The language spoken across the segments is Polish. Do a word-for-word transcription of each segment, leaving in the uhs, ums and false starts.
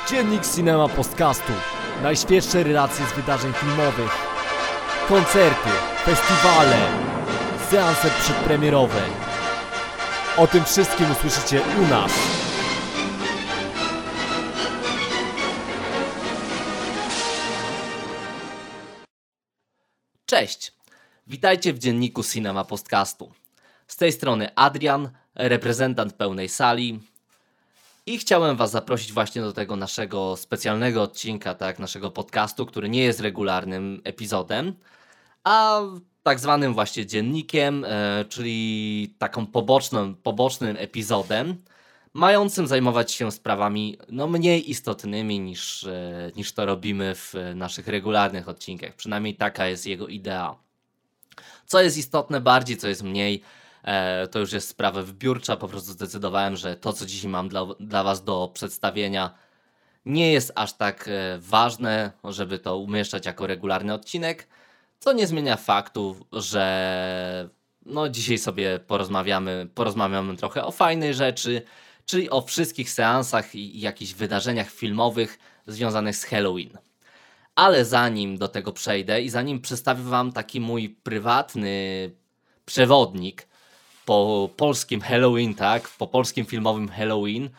Dziennik Cinema Podcastu. Najświeższe relacje z wydarzeń filmowych. Koncerty, festiwale, seanse przedpremierowe. O tym wszystkim usłyszycie u nas. Cześć! Witajcie w Dzienniku Cinema Podcastu. Z tej strony Adrian, reprezentant pełnej sali. I chciałem Was zaprosić właśnie do tego naszego specjalnego odcinka, tak, naszego podcastu, który nie jest regularnym epizodem, a tak zwanym właśnie dziennikiem, e, czyli taką poboczną, pobocznym epizodem, mającym zajmować się sprawami no, mniej istotnymi niż, e, niż to robimy w naszych regularnych odcinkach. Przynajmniej taka jest jego idea. Co jest istotne bardziej, co jest mniej, e, to już jest sprawa wybiórcza. Po prostu zdecydowałem, że to, co dzisiaj mam dla, dla Was do przedstawienia, nie jest aż tak e, ważne, żeby to umieszczać jako regularny odcinek, co nie zmienia faktu, że no, dzisiaj sobie porozmawiamy, porozmawiamy trochę o fajnej rzeczy, czyli o wszystkich seansach i, i jakichś wydarzeniach filmowych związanych z Halloween. Ale zanim do tego przejdę i zanim przedstawię Wam taki mój prywatny przewodnik po polskim Halloween, tak, po polskim filmowym Halloween,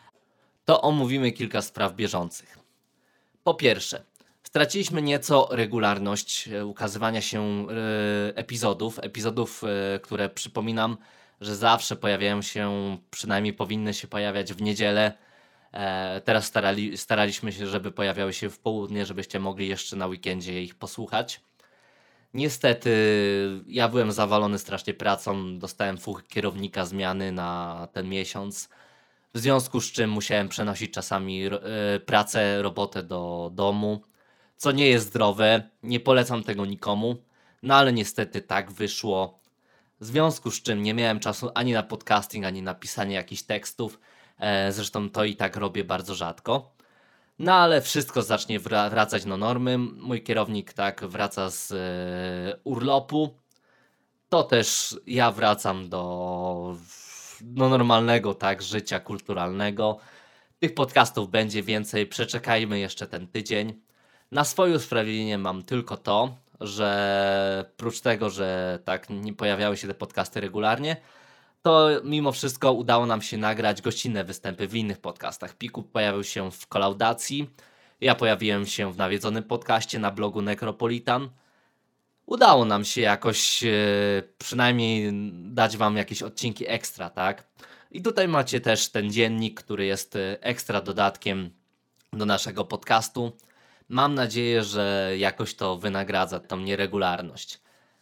to omówimy kilka spraw bieżących. Po pierwsze, straciliśmy nieco regularność ukazywania się e, epizodów, epizodów, e, które przypominam, że zawsze pojawiają się, przynajmniej powinny się pojawiać w niedzielę. E, teraz starali, staraliśmy się, żeby pojawiały się w południe, żebyście mogli jeszcze na weekendzie ich posłuchać. Niestety ja byłem zawalony strasznie pracą, dostałem fuch kierownika zmiany na ten miesiąc, w związku z czym musiałem przenosić czasami ro, e, pracę, robotę do domu, co nie jest zdrowe, nie polecam tego nikomu, no ale niestety tak wyszło, w związku z czym nie miałem czasu ani na podcasting, ani na pisanie jakichś tekstów, e, zresztą to i tak robię bardzo rzadko. No ale wszystko zacznie wra- wracać do normy. Mój kierownik tak wraca z e, urlopu. To też ja wracam do, do normalnego tak życia kulturalnego. Tych podcastów będzie więcej. Przeczekajmy jeszcze ten tydzień. Na swoje usprawiedliwienie mam tylko to, że prócz tego, że tak nie pojawiały się te podcasty regularnie, to mimo wszystko udało nam się nagrać gościnne występy w innych podcastach. Piku pojawił się w Kolaudacji, ja pojawiłem się w nawiedzonym podcaście na blogu Necropolitan. Udało nam się jakoś e, przynajmniej dać Wam jakieś odcinki ekstra, tak? I tutaj macie też ten dziennik, który jest e, ekstra dodatkiem do naszego podcastu. Mam nadzieję, że jakoś to wynagradza tą nieregularność.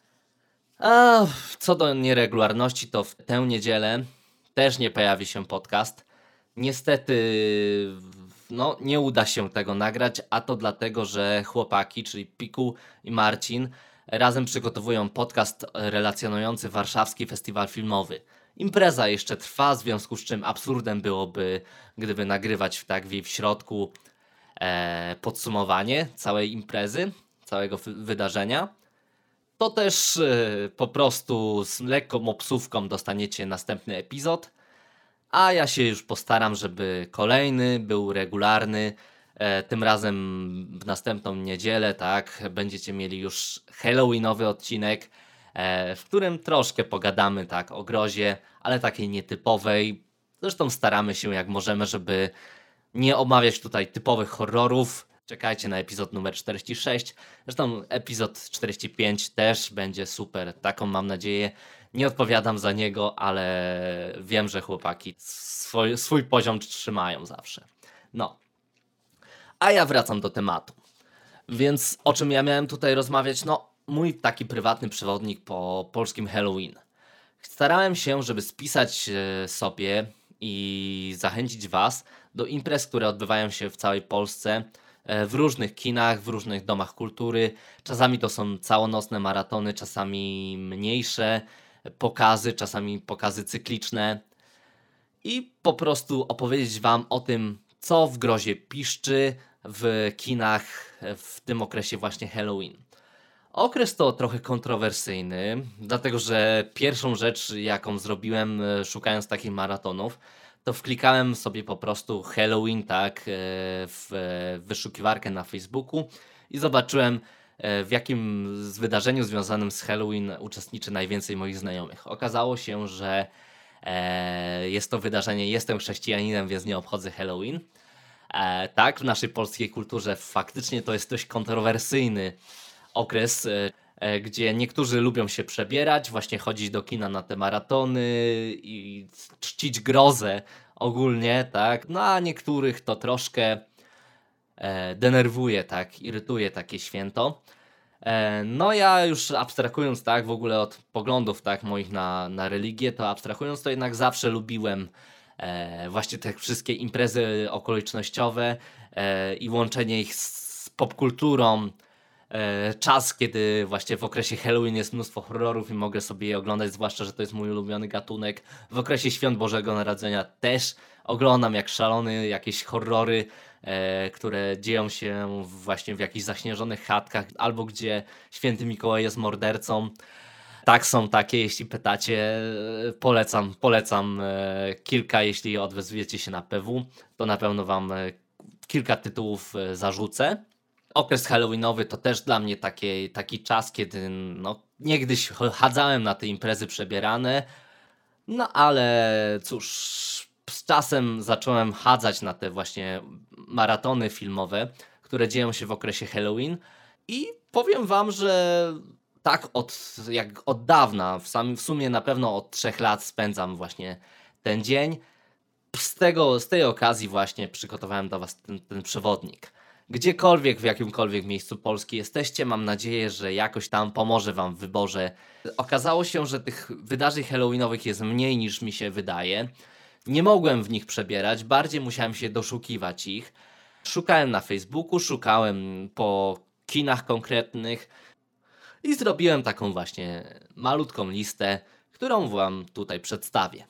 A co do nieregularności, to w tę niedzielę też nie pojawi się podcast. Niestety no, nie uda się tego nagrać, a to dlatego, że chłopaki, czyli Piku i Marcin, razem przygotowują podcast relacjonujący warszawski festiwal filmowy. Impreza jeszcze trwa, w związku z czym absurdem byłoby, gdyby nagrywać w, tak w jej w środku e, podsumowanie całej imprezy, całego f- wydarzenia. To też e, po prostu z lekką obsówką dostaniecie następny epizod, a ja się już postaram, żeby kolejny był regularny. E, tym razem w następną niedzielę, tak, będziecie mieli już halloweenowy odcinek, e, w którym troszkę pogadamy tak o grozie, ale takiej nietypowej. Zresztą staramy się jak możemy, żeby nie omawiać tutaj typowych horrorów. Czekajcie na epizod numer czterdzieści sześć. Zresztą epizod czterdzieści pięć też będzie super. Taką mam nadzieję. Nie odpowiadam za niego, ale wiem, że chłopaki swój, swój poziom trzymają zawsze. No. A ja wracam do tematu. Więc o czym ja miałem tutaj rozmawiać? No, mój taki prywatny przewodnik po polskim Halloween. Starałem się, żeby spisać sobie i zachęcić Was do imprez, które odbywają się w całej Polsce, w różnych kinach, w różnych domach kultury. Czasami to są całonocne maratony, czasami mniejsze pokazy, czasami pokazy cykliczne. I po prostu opowiedzieć Wam o tym, co w grozie piszczy w kinach w tym okresie właśnie Halloween. Okres to trochę kontrowersyjny, dlatego że pierwszą rzecz, jaką zrobiłem szukając takich maratonów, to wklikałem sobie po prostu Halloween, tak, e, w e, wyszukiwarkę na Facebooku i zobaczyłem, e, w jakim z wydarzeniu związanym z Halloween uczestniczy najwięcej moich znajomych. Okazało się, że e, jest to wydarzenie, jestem chrześcijaninem, więc nie obchodzę Halloween. E, tak, w naszej polskiej kulturze faktycznie to jest dość kontrowersyjny okres, e, e, gdzie niektórzy lubią się przebierać, właśnie chodzić do kina na te maratony i czcić grozę ogólnie, tak, no a niektórych to troszkę e, denerwuje, tak, irytuje takie święto. E, no ja już abstrahując, tak, w ogóle od poglądów, tak, moich na, na religię, to abstrahując, to jednak zawsze lubiłem e, właśnie te wszystkie imprezy okolicznościowe e, i łączenie ich z popkulturą. E, czas, kiedy właśnie w okresie Halloween jest mnóstwo horrorów i mogę sobie je oglądać, zwłaszcza, że to jest mój ulubiony gatunek. W okresie Świąt Bożego Narodzenia też oglądam jak szalony jakieś horrory, e, które dzieją się właśnie w jakichś zaśnieżonych chatkach, albo gdzie Święty Mikołaj jest mordercą. Tak, są takie, jeśli pytacie, e, polecam, polecam e, kilka, jeśli odezwiecie się na P W, to na pewno wam e, kilka tytułów e, zarzucę. Okres halloweenowy to też dla mnie taki, taki czas, kiedy no, niegdyś chadzałem na te imprezy przebierane, no ale cóż, z czasem zacząłem chadzać na te właśnie maratony filmowe, które dzieją się w okresie Halloween i powiem wam, że tak od, jak od dawna, w, sam, w sumie na pewno od trzech lat spędzam właśnie ten dzień. Z, tego, z tej okazji właśnie przygotowałem dla was ten, ten przewodnik. Gdziekolwiek, w jakimkolwiek miejscu Polski jesteście, mam nadzieję, że jakoś tam pomoże wam w wyborze. Okazało się, że tych wydarzeń halloweenowych jest mniej niż mi się wydaje. Nie mogłem w nich przebierać, bardziej musiałem się doszukiwać ich. Szukałem na Facebooku, szukałem po kinach konkretnych i zrobiłem taką właśnie malutką listę, którą wam tutaj przedstawię.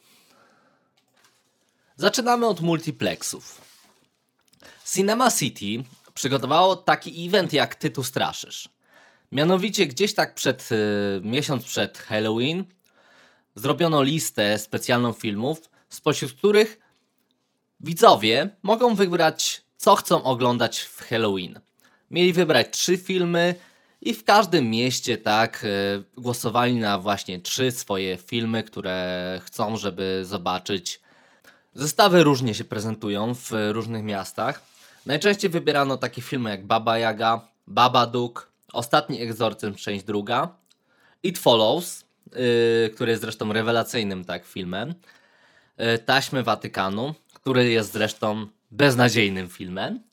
Zaczynamy od multiplexów. Cinema City przygotowało taki event jak Ty tu straszysz. Mianowicie gdzieś tak przed y, miesiąc przed Halloween zrobiono listę specjalną filmów, spośród których widzowie mogą wybrać, co chcą oglądać w Halloween. Mieli wybrać trzy filmy i w każdym mieście tak y, głosowali na właśnie trzy swoje filmy, które chcą, żeby zobaczyć. Zestawy różnie się prezentują w różnych miastach. Najczęściej wybierano takie filmy jak Baba Yaga, Babadook, Ostatni Egzorcyzm, część druga, It Follows, yy, który jest zresztą rewelacyjnym tak filmem, yy, Taśmy Watykanu, który jest zresztą beznadziejnym filmem.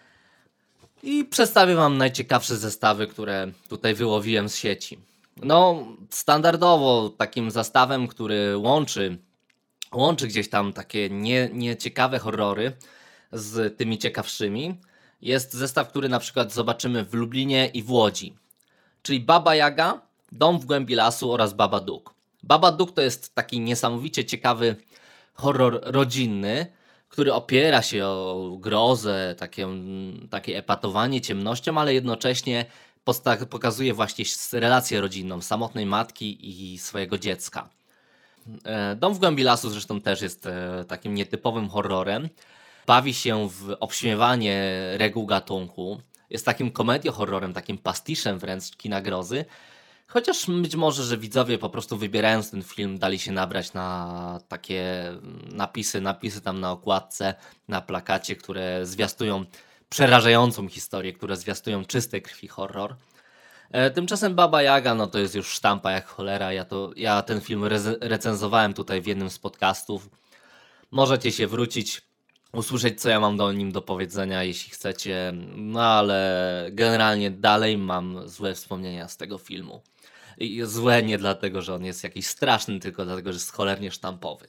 I przedstawię wam najciekawsze zestawy, które tutaj wyłowiłem z sieci. No, standardowo takim zestawem, który łączy, łączy gdzieś tam takie nie, nieciekawe horrory z tymi ciekawszymi, jest zestaw, który na przykład zobaczymy w Lublinie i w Łodzi. Czyli Baba Yaga, Dom w głębi lasu oraz Babadook. Babadook to jest taki niesamowicie ciekawy horror rodzinny, który opiera się o grozę, takie, takie epatowanie ciemnością, ale jednocześnie posta- pokazuje właśnie relację rodzinną samotnej matki i swojego dziecka. Dom w głębi lasu zresztą też jest takim nietypowym horrorem. Bawi się w obśmiewanie reguł gatunku. Jest takim komedią-horrorem, takim pastiszem wręcz kina grozy. Chociaż być może, że widzowie po prostu wybierając ten film dali się nabrać na takie napisy, napisy tam na okładce, na plakacie, które zwiastują przerażającą historię, które zwiastują czysty krwi horror. E, tymczasem Baba Yaga, no to jest już sztampa jak cholera. Ja, to, ja ten film re- recenzowałem tutaj w jednym z podcastów. Możecie się wrócić, usłyszeć, co ja mam do nim do powiedzenia, jeśli chcecie. No ale generalnie dalej mam złe wspomnienia z tego filmu. I złe nie dlatego, że on jest jakiś straszny, tylko dlatego, że jest cholernie sztampowy.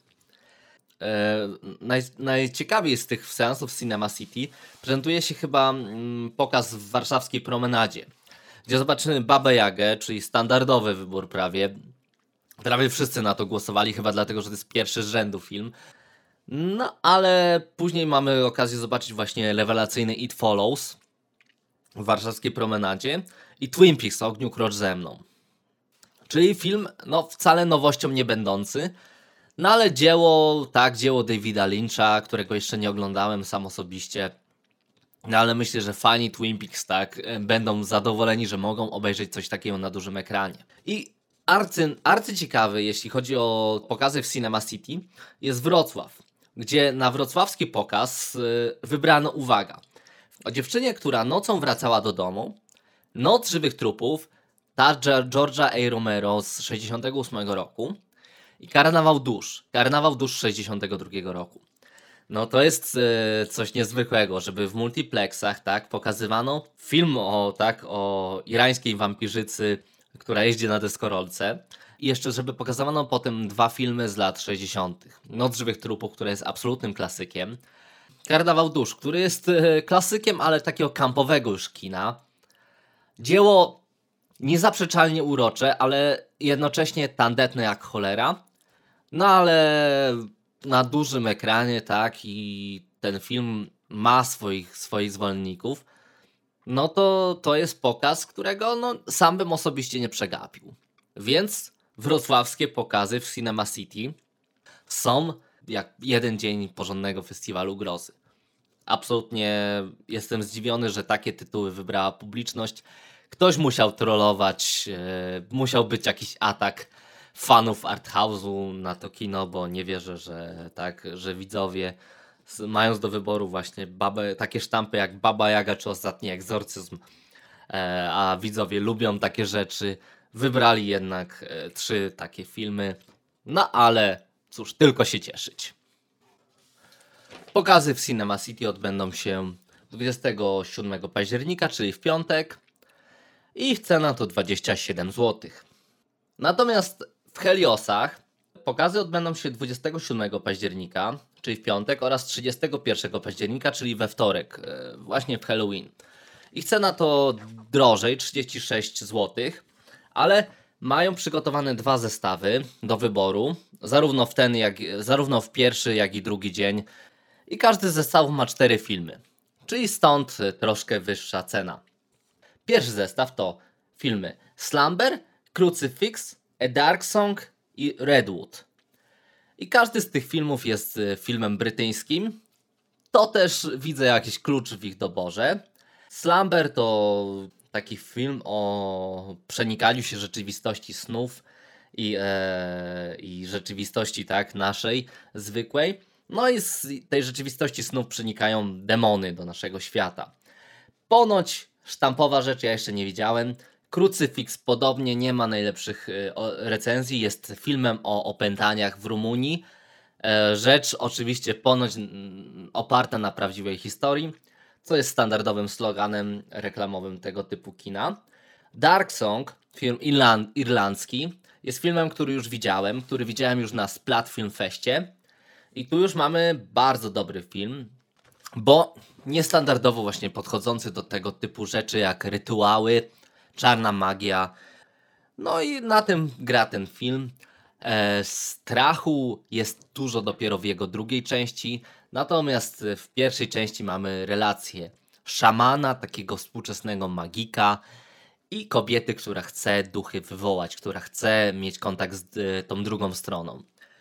E, naj, najciekawiej z tych seansów Cinema City prezentuje się chyba mm, pokaz w warszawskiej Promenadzie, gdzie zobaczymy Babę Jagę, czyli standardowy wybór prawie. Prawie wszyscy na to głosowali, chyba dlatego, że to jest pierwszy z rzędu film. No, ale później mamy okazję zobaczyć właśnie rewelacyjny It Follows w warszawskiej Promenadzie i Twin Peaks, Ogniu Krocz ze mną. Czyli film no, wcale nowością nie będący. No ale dzieło, tak, dzieło Davida Lyncha, którego jeszcze nie oglądałem sam osobiście. No ale myślę, że fani Twin Peaks, tak, będą zadowoleni, że mogą obejrzeć coś takiego na dużym ekranie. I arcy, arcyciekawy, jeśli chodzi o pokazy w Cinema City, jest Wrocław, gdzie na wrocławski pokaz yy, wybrano, uwaga, o dziewczynie, która nocą wracała do domu, Noc żywych trupów, Tarja George'a A. Romero z sześćdziesiątego ósmego roku i Karnawał dusz, Karnawał dusz sześćdziesiątego drugiego roku. No to jest e, coś niezwykłego, żeby w multiplexach, tak, pokazywano film o, tak, o irańskiej wampirzycy, która jeździ na deskorolce. I jeszcze, żeby pokazywano potem dwa filmy z lat sześćdziesiątych. Noc żywych trupów, która jest absolutnym klasykiem. Karnawał dusz, który jest e, klasykiem, ale takiego kampowego już kina. Dzieło niezaprzeczalnie urocze, ale jednocześnie tandetne jak cholera. No ale na dużym ekranie, tak, i ten film ma swoich, swoich zwolenników, no to to jest pokaz, którego no, sam bym osobiście nie przegapił. Więc wrocławskie pokazy w Cinema City są jak jeden dzień porządnego festiwalu grozy. Absolutnie jestem zdziwiony, że takie tytuły wybrała publiczność. Ktoś musiał trollować, e, musiał być jakiś atak fanów arthouse'u na to kino, bo nie wierzę, że tak, że widzowie z, mając do wyboru właśnie babę, takie sztampy jak Baba Jaga czy Ostatni Egzorcyzm, e, a widzowie lubią takie rzeczy, wybrali jednak e, trzy takie filmy. No ale cóż, tylko się cieszyć. Pokazy w Cinema City odbędą się dwudziestego siódmego października, czyli w piątek. I ich cena to dwadzieścia siedem złotych. Natomiast w Heliosach pokazy odbędą się dwudziestego siódmego października, czyli w piątek, oraz trzydziestego pierwszego października, czyli we wtorek, właśnie w Halloween. Ich cena to drożej, trzydzieści sześć złotych, ale mają przygotowane dwa zestawy do wyboru, zarówno w ten, jak, zarówno w pierwszy, jak i drugi dzień. I każdy z zestawów ma cztery filmy, czyli stąd troszkę wyższa cena. Pierwszy zestaw to filmy Slumber, Crucifix, A Dark Song i Redwood. I każdy z tych filmów jest filmem brytyjskim. To też widzę jakiś klucz w ich doborze. Slumber to taki film o przenikaniu się rzeczywistości snów i, e, i rzeczywistości tak naszej, zwykłej. No i z tej rzeczywistości snów przenikają demony do naszego świata. Ponoć sztampowa rzecz, ja jeszcze nie widziałem. Crucifix podobnie nie ma najlepszych y, o, recenzji. Jest filmem o opętaniach w Rumunii. E, rzecz oczywiście ponoć m, oparta na prawdziwej historii, co jest standardowym sloganem reklamowym tego typu kina. Dark Song, film irland, irlandzki, jest filmem, który już widziałem, który widziałem już na Splat Film Feście. I tu już mamy bardzo dobry film, bo niestandardowo właśnie podchodzący do tego typu rzeczy jak rytuały, czarna magia. No i na tym gra ten film. E, strachu jest dużo dopiero w jego drugiej części, natomiast w pierwszej części mamy relację szamana, takiego współczesnego magika i kobiety, która chce duchy wywołać, która chce mieć kontakt z y, tą drugą stroną.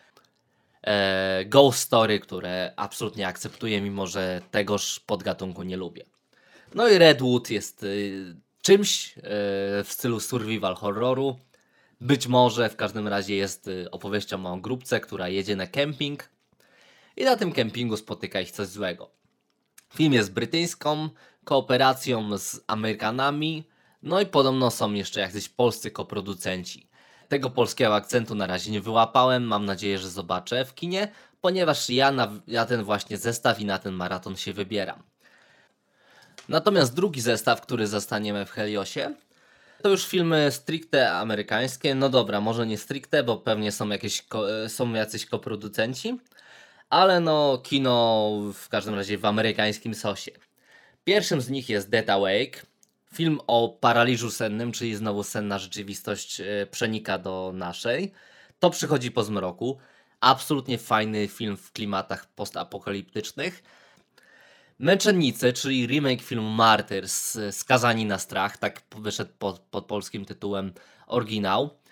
E, ghost story, które absolutnie akceptuję, mimo że tegoż podgatunku nie lubię. No i Redwood jest y, czymś y, w stylu survival horroru. Być może w każdym razie jest y, opowieścią o grupce, która jedzie na kemping i na tym kempingu spotyka ich coś złego. Film jest brytyjską kooperacją z Amerykanami, no i podobno są jeszcze jacyś polscy koproducenci. Tego polskiego akcentu na razie nie wyłapałem, mam nadzieję, że zobaczę w kinie, ponieważ ja na, na ten właśnie zestaw i na ten maraton się wybieram. Natomiast drugi zestaw, który zastaniemy w Heliosie, to już filmy stricte amerykańskie. No dobra, może nie stricte, bo pewnie są, jakieś, są jacyś koproducenci, ale no kino w każdym razie w amerykańskim sosie. Pierwszym z nich jest Dead Awake. Film o paraliżu sennym, czyli znowu senna rzeczywistość przenika do naszej. To przychodzi po zmroku. Absolutnie fajny film w klimatach postapokaliptycznych. Męczennicy, czyli remake filmu Martyrs, Skazani na strach, tak wyszedł pod, pod polskim tytułem oryginał.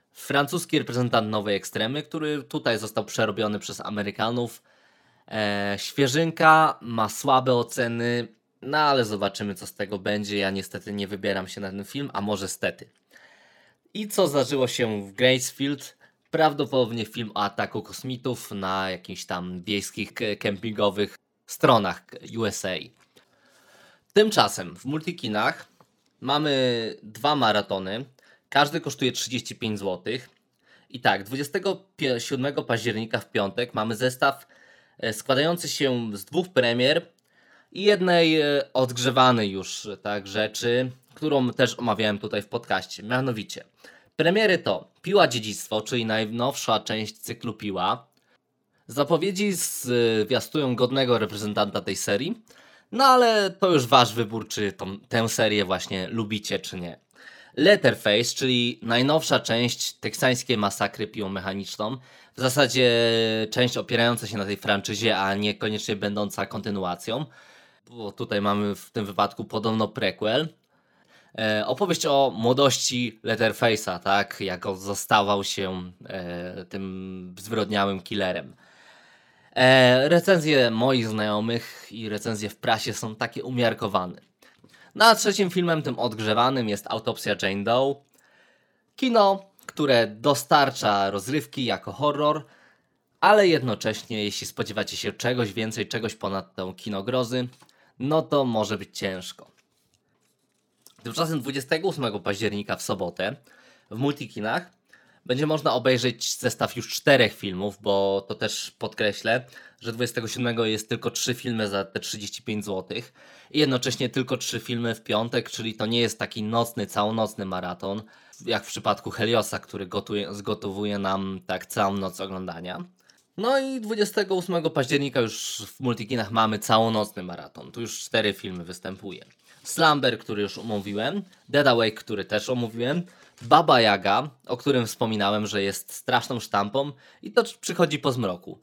francuski reprezentant Nowej Ekstremy, który tutaj został przerobiony przez Amerykanów. E, świeżynka, ma słabe oceny, no ale zobaczymy co z tego będzie. Ja niestety nie wybieram się na ten film, a może stety. I co zdarzyło się w Gracefield? Prawdopodobnie film o ataku kosmitów na jakichś tam wiejskich kempingowych stronach U S A. Tymczasem w multikinach mamy dwa maratony. Każdy kosztuje trzydzieści pięć złotych. I tak, dwudziestego siódmego października w piątek mamy zestaw składający się z dwóch premier i jednej odgrzewanej już tak rzeczy, którą też omawiałem tutaj w podcaście. Mianowicie, premiery to Piła Dziedzictwo, czyli najnowsza część cyklu Piła. Zapowiedzi zwiastują godnego reprezentanta tej serii, no ale to już wasz wybór, czy tą, tę serię właśnie lubicie, czy nie. Letterface, czyli najnowsza część teksańskiej masakry piłą mechaniczną. W zasadzie część opierająca się na tej franczyzie, a niekoniecznie będąca kontynuacją. Bo tutaj mamy w tym wypadku podobno prequel. E, opowieść o młodości Letterface'a, tak? Jak on zostawał się e, tym zwyrodniałym killerem. E, recenzje moich znajomych i recenzje w prasie są takie umiarkowane. No a trzecim filmem, tym odgrzewanym, jest Autopsja Jane Doe. Kino, które dostarcza rozrywki jako horror, ale jednocześnie, jeśli spodziewacie się czegoś więcej, czegoś ponad tą kino grozy, no to może być ciężko. Tymczasem dwudziestego ósmego października w sobotę w multikinach będzie można obejrzeć zestaw już czterech filmów, bo to też podkreślę, że dwudziestego siódmego jest tylko trzy filmy za te trzydzieści pięć złotych i jednocześnie tylko trzy filmy w piątek, czyli to nie jest taki nocny, całonocny maraton, jak w przypadku Heliosa, który gotuje, zgotowuje nam tak całą noc oglądania. No i dwudziestego ósmego października już w multikinach mamy całonocny maraton, tu już cztery filmy występuje. Slumber, który już omówiłem, Dead Awake, który też omówiłem, Baba Jaga, o którym wspominałem, że jest straszną sztampą i to przychodzi po zmroku.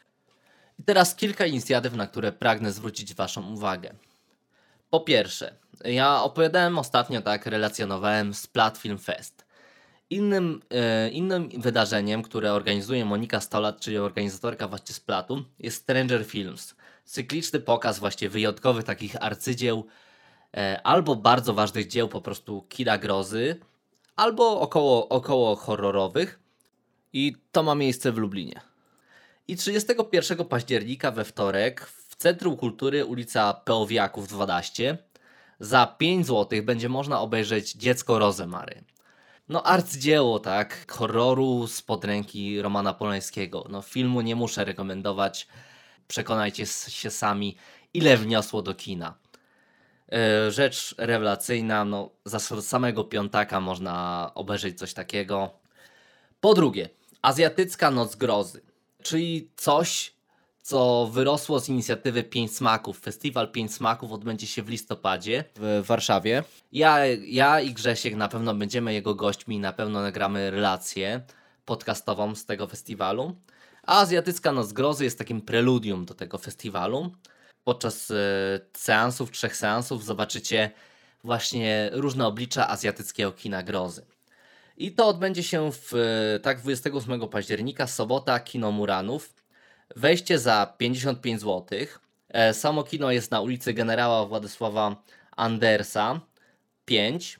I teraz kilka inicjatyw, na które pragnę zwrócić waszą uwagę. Po pierwsze, ja opowiadałem ostatnio, tak relacjonowałem Splat Film Fest. Innym, e, innym wydarzeniem, które organizuje Monika Stolat, czyli organizatorka właśnie Splatu, jest Stranger Films. Cykliczny pokaz właśnie wyjątkowych takich arcydzieł, e, albo bardzo ważnych dzieł po prostu kina grozy, albo około, około horrorowych. I to ma miejsce w Lublinie. I trzydziestego pierwszego października we wtorek w Centrum Kultury ulica Peowiaków dwanaście za pięć złotych będzie można obejrzeć Dziecko Rozemary. No arcydzieło, tak, horroru spod ręki Romana Polańskiego. No filmu nie muszę rekomendować, przekonajcie się sami, ile wniosło do kina. Yy, rzecz rewelacyjna, no za samego piątaka można obejrzeć coś takiego. Po drugie, Azjatycka Noc Grozy, czyli coś, co wyrosło z inicjatywy Pięć Smaków. Festiwal Pięć Smaków odbędzie się w listopadzie w Warszawie. Ja, ja i Grzesiek na pewno będziemy jego gośćmi, na pewno nagramy relację podcastową z tego festiwalu. A Azjatycka Noc Grozy jest takim preludium do tego festiwalu. Podczas y, seansów, trzech seansów zobaczycie właśnie różne oblicza azjatyckiego kina grozy. I to odbędzie się w, tak dwudziestego ósmego października, sobota, Kino Muranów. Wejście za pięćdziesiąt pięć złotych. E, samo kino jest na ulicy Generała Władysława Andersa pięć.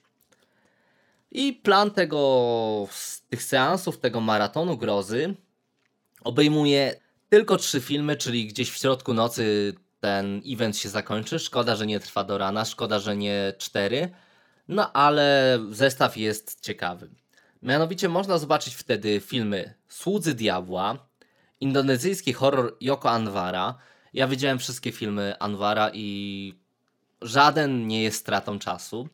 I plan tego, tych seansów, tego maratonu grozy obejmuje tylko trzy filmy, czyli gdzieś w środku nocy ten event się zakończy. Szkoda, że nie trwa do rana, szkoda, że nie cztery. No ale zestaw jest ciekawy. Mianowicie można zobaczyć wtedy filmy Słudzy Diabła, indonezyjski horror Joko Anwara. Ja widziałem wszystkie filmy Anwara i żaden nie jest stratą czasu.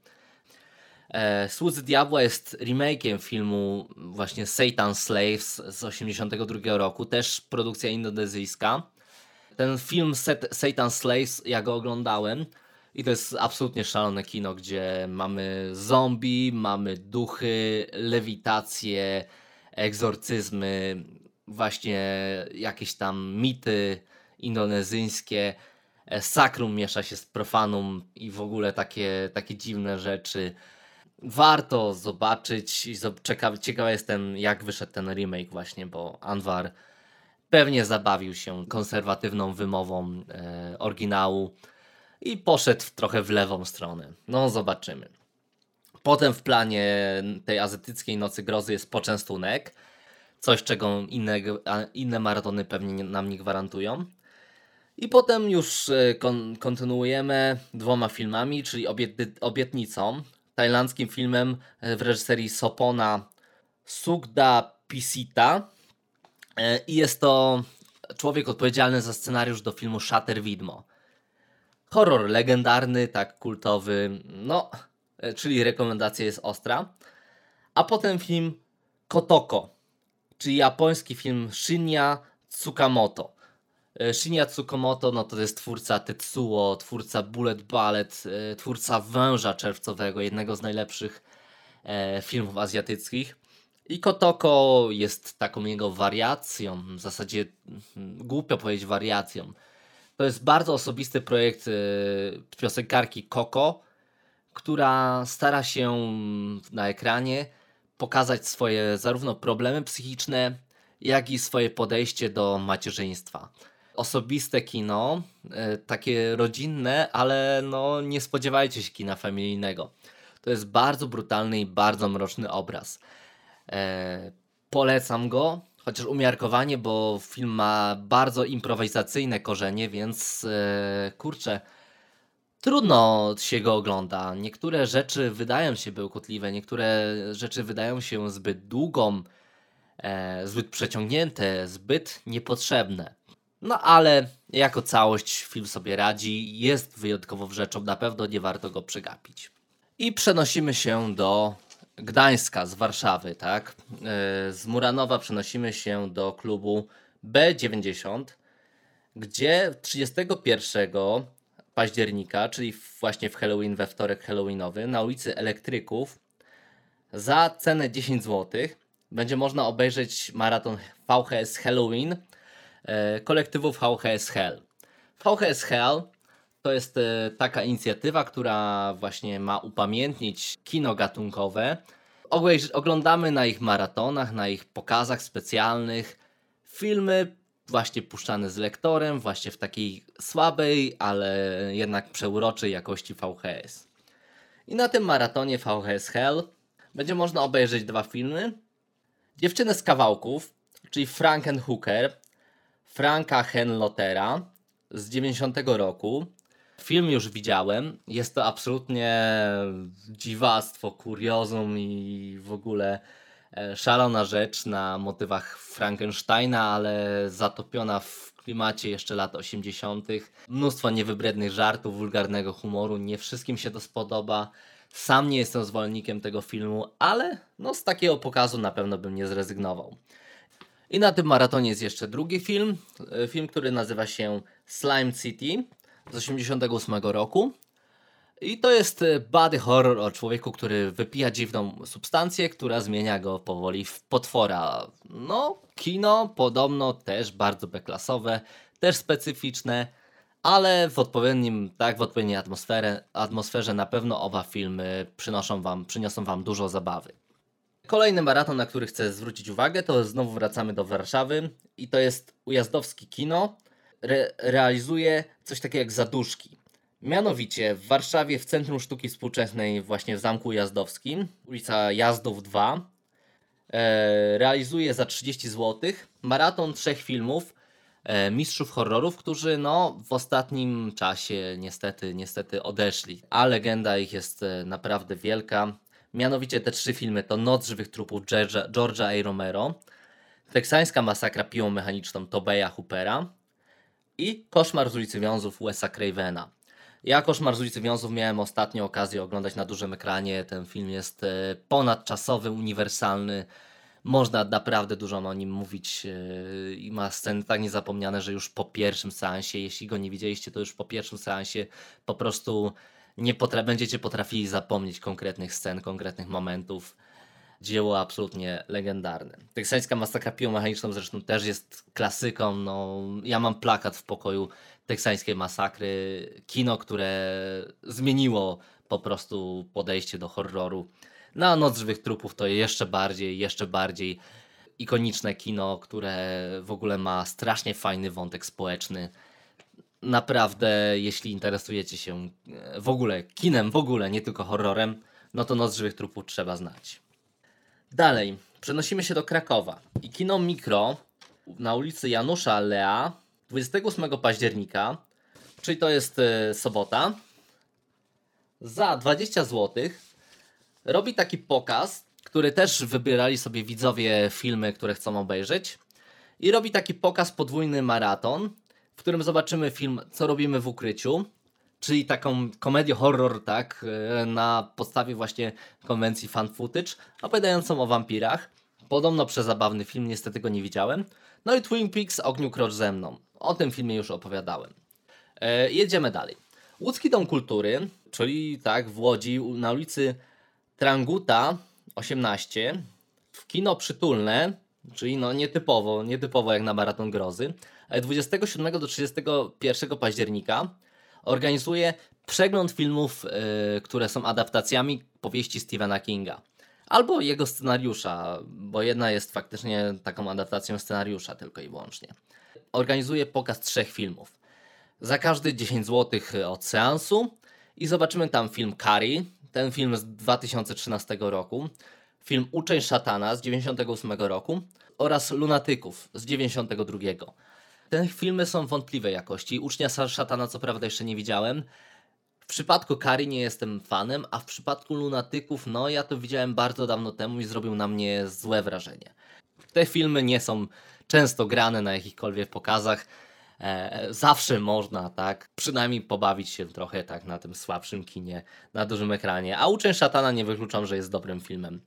E, Słudzy Diabła jest remake'iem filmu właśnie Satan Slaves z osiemdziesiątego drugiego roku, też produkcja indonezyjska. Ten film Satan Slaves, ja go oglądałem i to jest absolutnie szalone kino, gdzie mamy zombie, mamy duchy, lewitacje, egzorcyzmy, właśnie jakieś tam mity indonezyjskie, sakrum miesza się z profanum i w ogóle takie, takie dziwne rzeczy. warto zobaczyć i zob- ciekawy, ciekawy jestem, jak wyszedł ten remake właśnie, bo Anwar pewnie zabawił się konserwatywną wymową e, oryginału i poszedł w trochę w lewą stronę. No zobaczymy. Potem w planie tej azjatyckiej Nocy Grozy jest poczęstunek. Coś, czego inne, inne maratony pewnie nie, nam nie gwarantują. I potem już e, kon, kontynuujemy dwoma filmami, czyli obiet, Obietnicą, tajlandzkim filmem e, w reżyserii Sopona Sukda Pisita. E, I jest to człowiek odpowiedzialny za scenariusz do filmu Shutter Widmo. Horror legendarny, tak kultowy, no, e, czyli rekomendacja jest ostra. A potem film Kotoko, czyli japoński film Shinya Tsukamoto. E, Shinya Tsukamoto no to jest twórca Tetsuo, twórca Bullet Ballet, e, twórca Węża Czerwcowego, jednego z najlepszych e, filmów azjatyckich. I Kotoko jest taką jego wariacją, w zasadzie mm, głupio powiedzieć wariacją. To jest bardzo osobisty projekt e, piosenkarki Koko, która stara się mm, na ekranie pokazać swoje zarówno problemy psychiczne, jak i swoje podejście do macierzyństwa. Osobiste kino, e, takie rodzinne, ale no nie spodziewajcie się kina familijnego. To jest bardzo brutalny i bardzo mroczny obraz. E, polecam go, chociaż umiarkowanie, bo film ma bardzo improwizacyjne korzenie, więc e, kurczę, trudno się go ogląda. Niektóre rzeczy wydają się bełkotliwe, niektóre rzeczy wydają się zbyt długą, e, zbyt przeciągnięte, zbyt niepotrzebne. No ale jako całość film sobie radzi, jest wyjątkową rzeczą, na pewno nie warto go przegapić. I przenosimy się do Gdańska z Warszawy, tak? E, Z Muranowa przenosimy się do klubu B dziewięćdziesiąt, gdzie trzydziestego pierwszego października, czyli właśnie w Halloween, we wtorek halloweenowy, na ulicy Elektryków za cenę dziesięć złotych będzie można obejrzeć maraton V H S Halloween e, kolektywu V H S Hell. V H S Hell to jest e, taka inicjatywa, która właśnie ma upamiętnić kino gatunkowe. Ogłej- Oglądamy na ich maratonach, na ich pokazach specjalnych filmy właśnie puszczane z lektorem, właśnie w takiej słabej, ale jednak przeuroczej jakości V H S. I na tym maratonie V H S Hell będzie można obejrzeć dwa filmy. Dziewczynę z kawałków, czyli Frankenhooker, Franka Henlotera z dziewięćdziesiątego roku. Film już widziałem. Jest to absolutnie dziwactwo, kuriozum i w ogóle e, szalona rzecz na motywach Frankensteina, ale zatopiona w klimacie jeszcze lat osiemdziesiątych. Mnóstwo niewybrednych żartów, wulgarnego humoru. Nie wszystkim się to spodoba. Sam nie jestem zwolennikiem tego filmu, ale no z takiego pokazu na pewno bym nie zrezygnował. I na tym maratonie jest jeszcze drugi film. e, Film, który nazywa się Slime City z osiemdziesiątego ósmego roku. I to jest e, body horror o człowieku, który wypija dziwną substancję, która zmienia go powoli w potwora. No, kino podobno też bardzo beklasowe, też specyficzne, ale w odpowiednim, tak, w odpowiedniej atmosferze, atmosferze na pewno oba filmy przynoszą wam, przyniosą wam dużo zabawy. Kolejny maraton, na który chcę zwrócić uwagę, to znowu wracamy do Warszawy i to jest Ujazdowski Kino. Re- realizuje coś takiego jak Zaduszki. Mianowicie w Warszawie, w Centrum Sztuki Współczesnej, właśnie w Zamku Ujazdowskim, ulica Jazdów dwa, e, realizuje za trzydzieści złotych maraton trzech filmów e, mistrzów horrorów, którzy no w ostatnim czasie niestety, niestety odeszli. A legenda ich jest e, naprawdę wielka. Mianowicie te trzy filmy to Noc żywych trupów George'a, George'a A. Romero, Teksańska masakra piłą mechaniczną Tobeya Hoopera i Koszmar z ulicy Wiązów Wes'a Cravena. Ja Koszmar z ulicy Wiązów miałem ostatnio okazję oglądać na dużym ekranie. Ten film jest e, ponadczasowy, uniwersalny. Można naprawdę dużo o nim mówić e, i ma sceny tak niezapomniane, że już po pierwszym seansie, jeśli go nie widzieliście, to już po pierwszym seansie po prostu nie potra- będziecie potrafili zapomnieć konkretnych scen, konkretnych momentów. Dzieło absolutnie legendarne. Teksańska masakra piłą mechaniczną zresztą też jest klasyką. No, ja mam plakat w pokoju Teksańskiej masakry. Kino, które zmieniło po prostu podejście do horroru. No a Noc Żywych Trupów to jeszcze bardziej, jeszcze bardziej ikoniczne kino, które w ogóle ma strasznie fajny wątek społeczny. Naprawdę, jeśli interesujecie się w ogóle kinem, w ogóle, nie tylko horrorem, no to Noc Żywych Trupów trzeba znać. Dalej, przenosimy się do Krakowa i kino Mikro na ulicy Janusza Lea dwudziestego ósmego października, czyli to jest y, sobota, za dwadzieścia złotych robi taki pokaz, który też wybierali sobie widzowie filmy, które chcą obejrzeć, i robi taki pokaz podwójny maraton, w którym zobaczymy film Co robimy w ukryciu, czyli taką komedię horror, tak, na podstawie właśnie konwencji fan footage, opowiadającą o wampirach. Podobno przezabawny film, niestety go nie widziałem. No i Twin Peaks Ogniu Krocz ze mną. O tym filmie już opowiadałem. E, jedziemy dalej. Łódzki Dom Kultury, czyli tak w Łodzi na ulicy Tranguta osiemnaście, w kino przytulne, czyli no nietypowo, nietypowo jak na Maraton Grozy, dwudziestego siódmego do trzydziestego pierwszego października organizuje przegląd filmów, yy, które są adaptacjami powieści Stephena Kinga. Albo jego scenariusza, bo jedna jest faktycznie taką adaptacją scenariusza tylko i wyłącznie. Organizuje pokaz trzech filmów. Za każdy dziesięć złotych od seansu i zobaczymy tam film Carrie, ten film z dwa tysiące trzynastego roku, film Uczeń Szatana z dziewięćdziesiątego ósmego roku oraz Lunatyków z dziewięćdziesiątego drugiego. Te filmy są wątpliwej jakości. Ucznia Szatana co prawda jeszcze nie widziałem. W przypadku Carrie nie jestem fanem, a w przypadku Lunatyków, no ja to widziałem bardzo dawno temu i zrobił na mnie złe wrażenie. Te filmy nie są często grane na jakichkolwiek pokazach. E, zawsze można, tak, przynajmniej pobawić się trochę tak na tym słabszym kinie, na dużym ekranie. A Uczeń Szatana nie wykluczam, że jest dobrym filmem.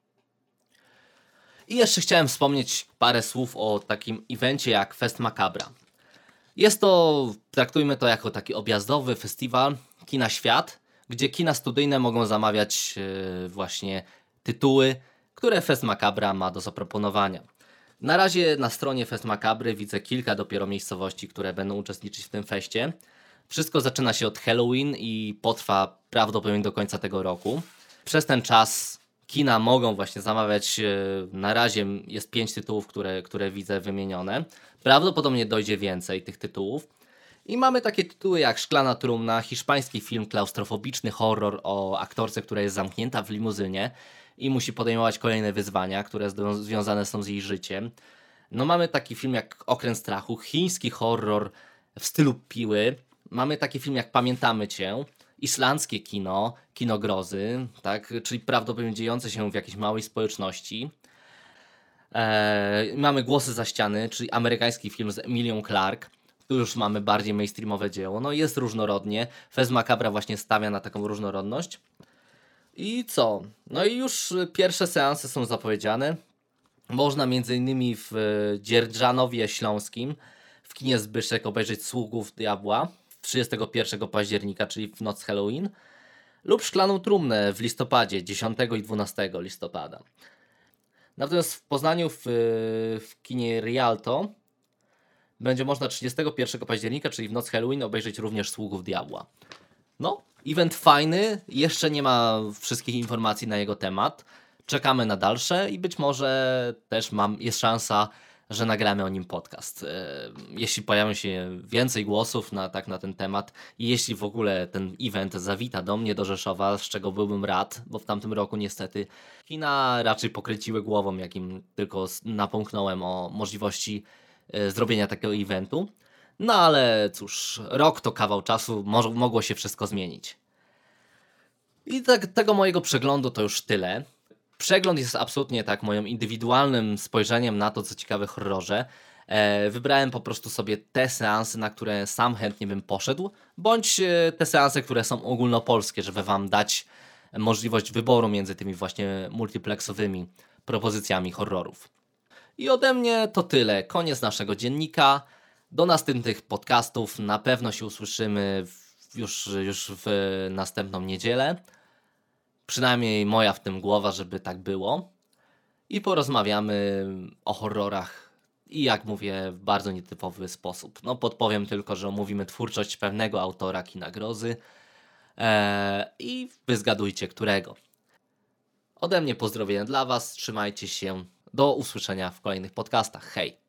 I jeszcze chciałem wspomnieć parę słów o takim evencie jak Fest Macabra. Jest to, traktujmy to jako taki objazdowy festiwal Kina Świat, gdzie kina studyjne mogą zamawiać yy, właśnie tytuły, które Fest Macabra ma do zaproponowania. Na razie na stronie Fest Macabry widzę kilka dopiero miejscowości, które będą uczestniczyć w tym feście. Wszystko zaczyna się od Halloween i potrwa prawdopodobnie do końca tego roku. Przez ten czas kina mogą właśnie zamawiać, na razie jest pięć tytułów, które, które widzę wymienione. Prawdopodobnie dojdzie więcej tych tytułów. I mamy takie tytuły jak Szklana Trumna, hiszpański film klaustrofobiczny horror o aktorce, która jest zamknięta w limuzynie i musi podejmować kolejne wyzwania, które związane są z jej życiem. No mamy taki film jak Okręt Strachu, chiński horror w stylu Piły. Mamy taki film jak Pamiętamy Cię, islandzkie kino, kino grozy, tak, czyli prawdopodobnie dziejące się w jakiejś małej społeczności. Eee, mamy Głosy za ściany, czyli amerykański film z Emilią Clarke. Tu już mamy bardziej mainstreamowe dzieło. No jest różnorodnie. Fest Macabra właśnie stawia na taką różnorodność. I co? No i już pierwsze seanse są zapowiedziane. Można między innymi w Dzierżanowie Śląskim w kinie Zbyszek obejrzeć Sługów Diabła trzydziestego pierwszego października, czyli w noc Halloween, lub Szklaną Trumnę w listopadzie, dziesiątego i dwunastego listopada. Natomiast w Poznaniu w, w kinie Rialto będzie można trzydziestego pierwszego października, czyli w noc Halloween, obejrzeć również Sługów Diabła. No, event fajny, jeszcze nie ma wszystkich informacji na jego temat. Czekamy na dalsze i być może też mam, jest szansa, że nagramy o nim podcast. Jeśli pojawi się więcej głosów na, tak, na ten temat i jeśli w ogóle ten event zawita do mnie, do Rzeszowa, z czego byłbym rad, bo w tamtym roku niestety kina raczej pokręciły głową, jak im tylko napomknąłem o możliwości zrobienia takiego eventu. No ale cóż, rok to kawał czasu, mo- mogło się wszystko zmienić. I tak, tego mojego przeglądu to już tyle. Przegląd jest absolutnie tak moim indywidualnym spojrzeniem na to, co ciekawe w horrorze. E, wybrałem po prostu sobie te seansy, na które sam chętnie bym poszedł, bądź e, te seanse, które są ogólnopolskie, żeby wam dać możliwość wyboru między tymi właśnie multiplexowymi propozycjami horrorów. I ode mnie to tyle. Koniec naszego dziennika. Do następnych podcastów. Na pewno się usłyszymy w, już, już w następną niedzielę. Przynajmniej moja w tym głowa, żeby tak było. I porozmawiamy o horrorach. I jak mówię, w bardzo nietypowy sposób. No podpowiem tylko, że omówimy twórczość pewnego autora kina grozy. Eee, I wy zgadujcie, którego. Ode mnie pozdrowienia dla was, trzymajcie się, do usłyszenia w kolejnych podcastach. Hej!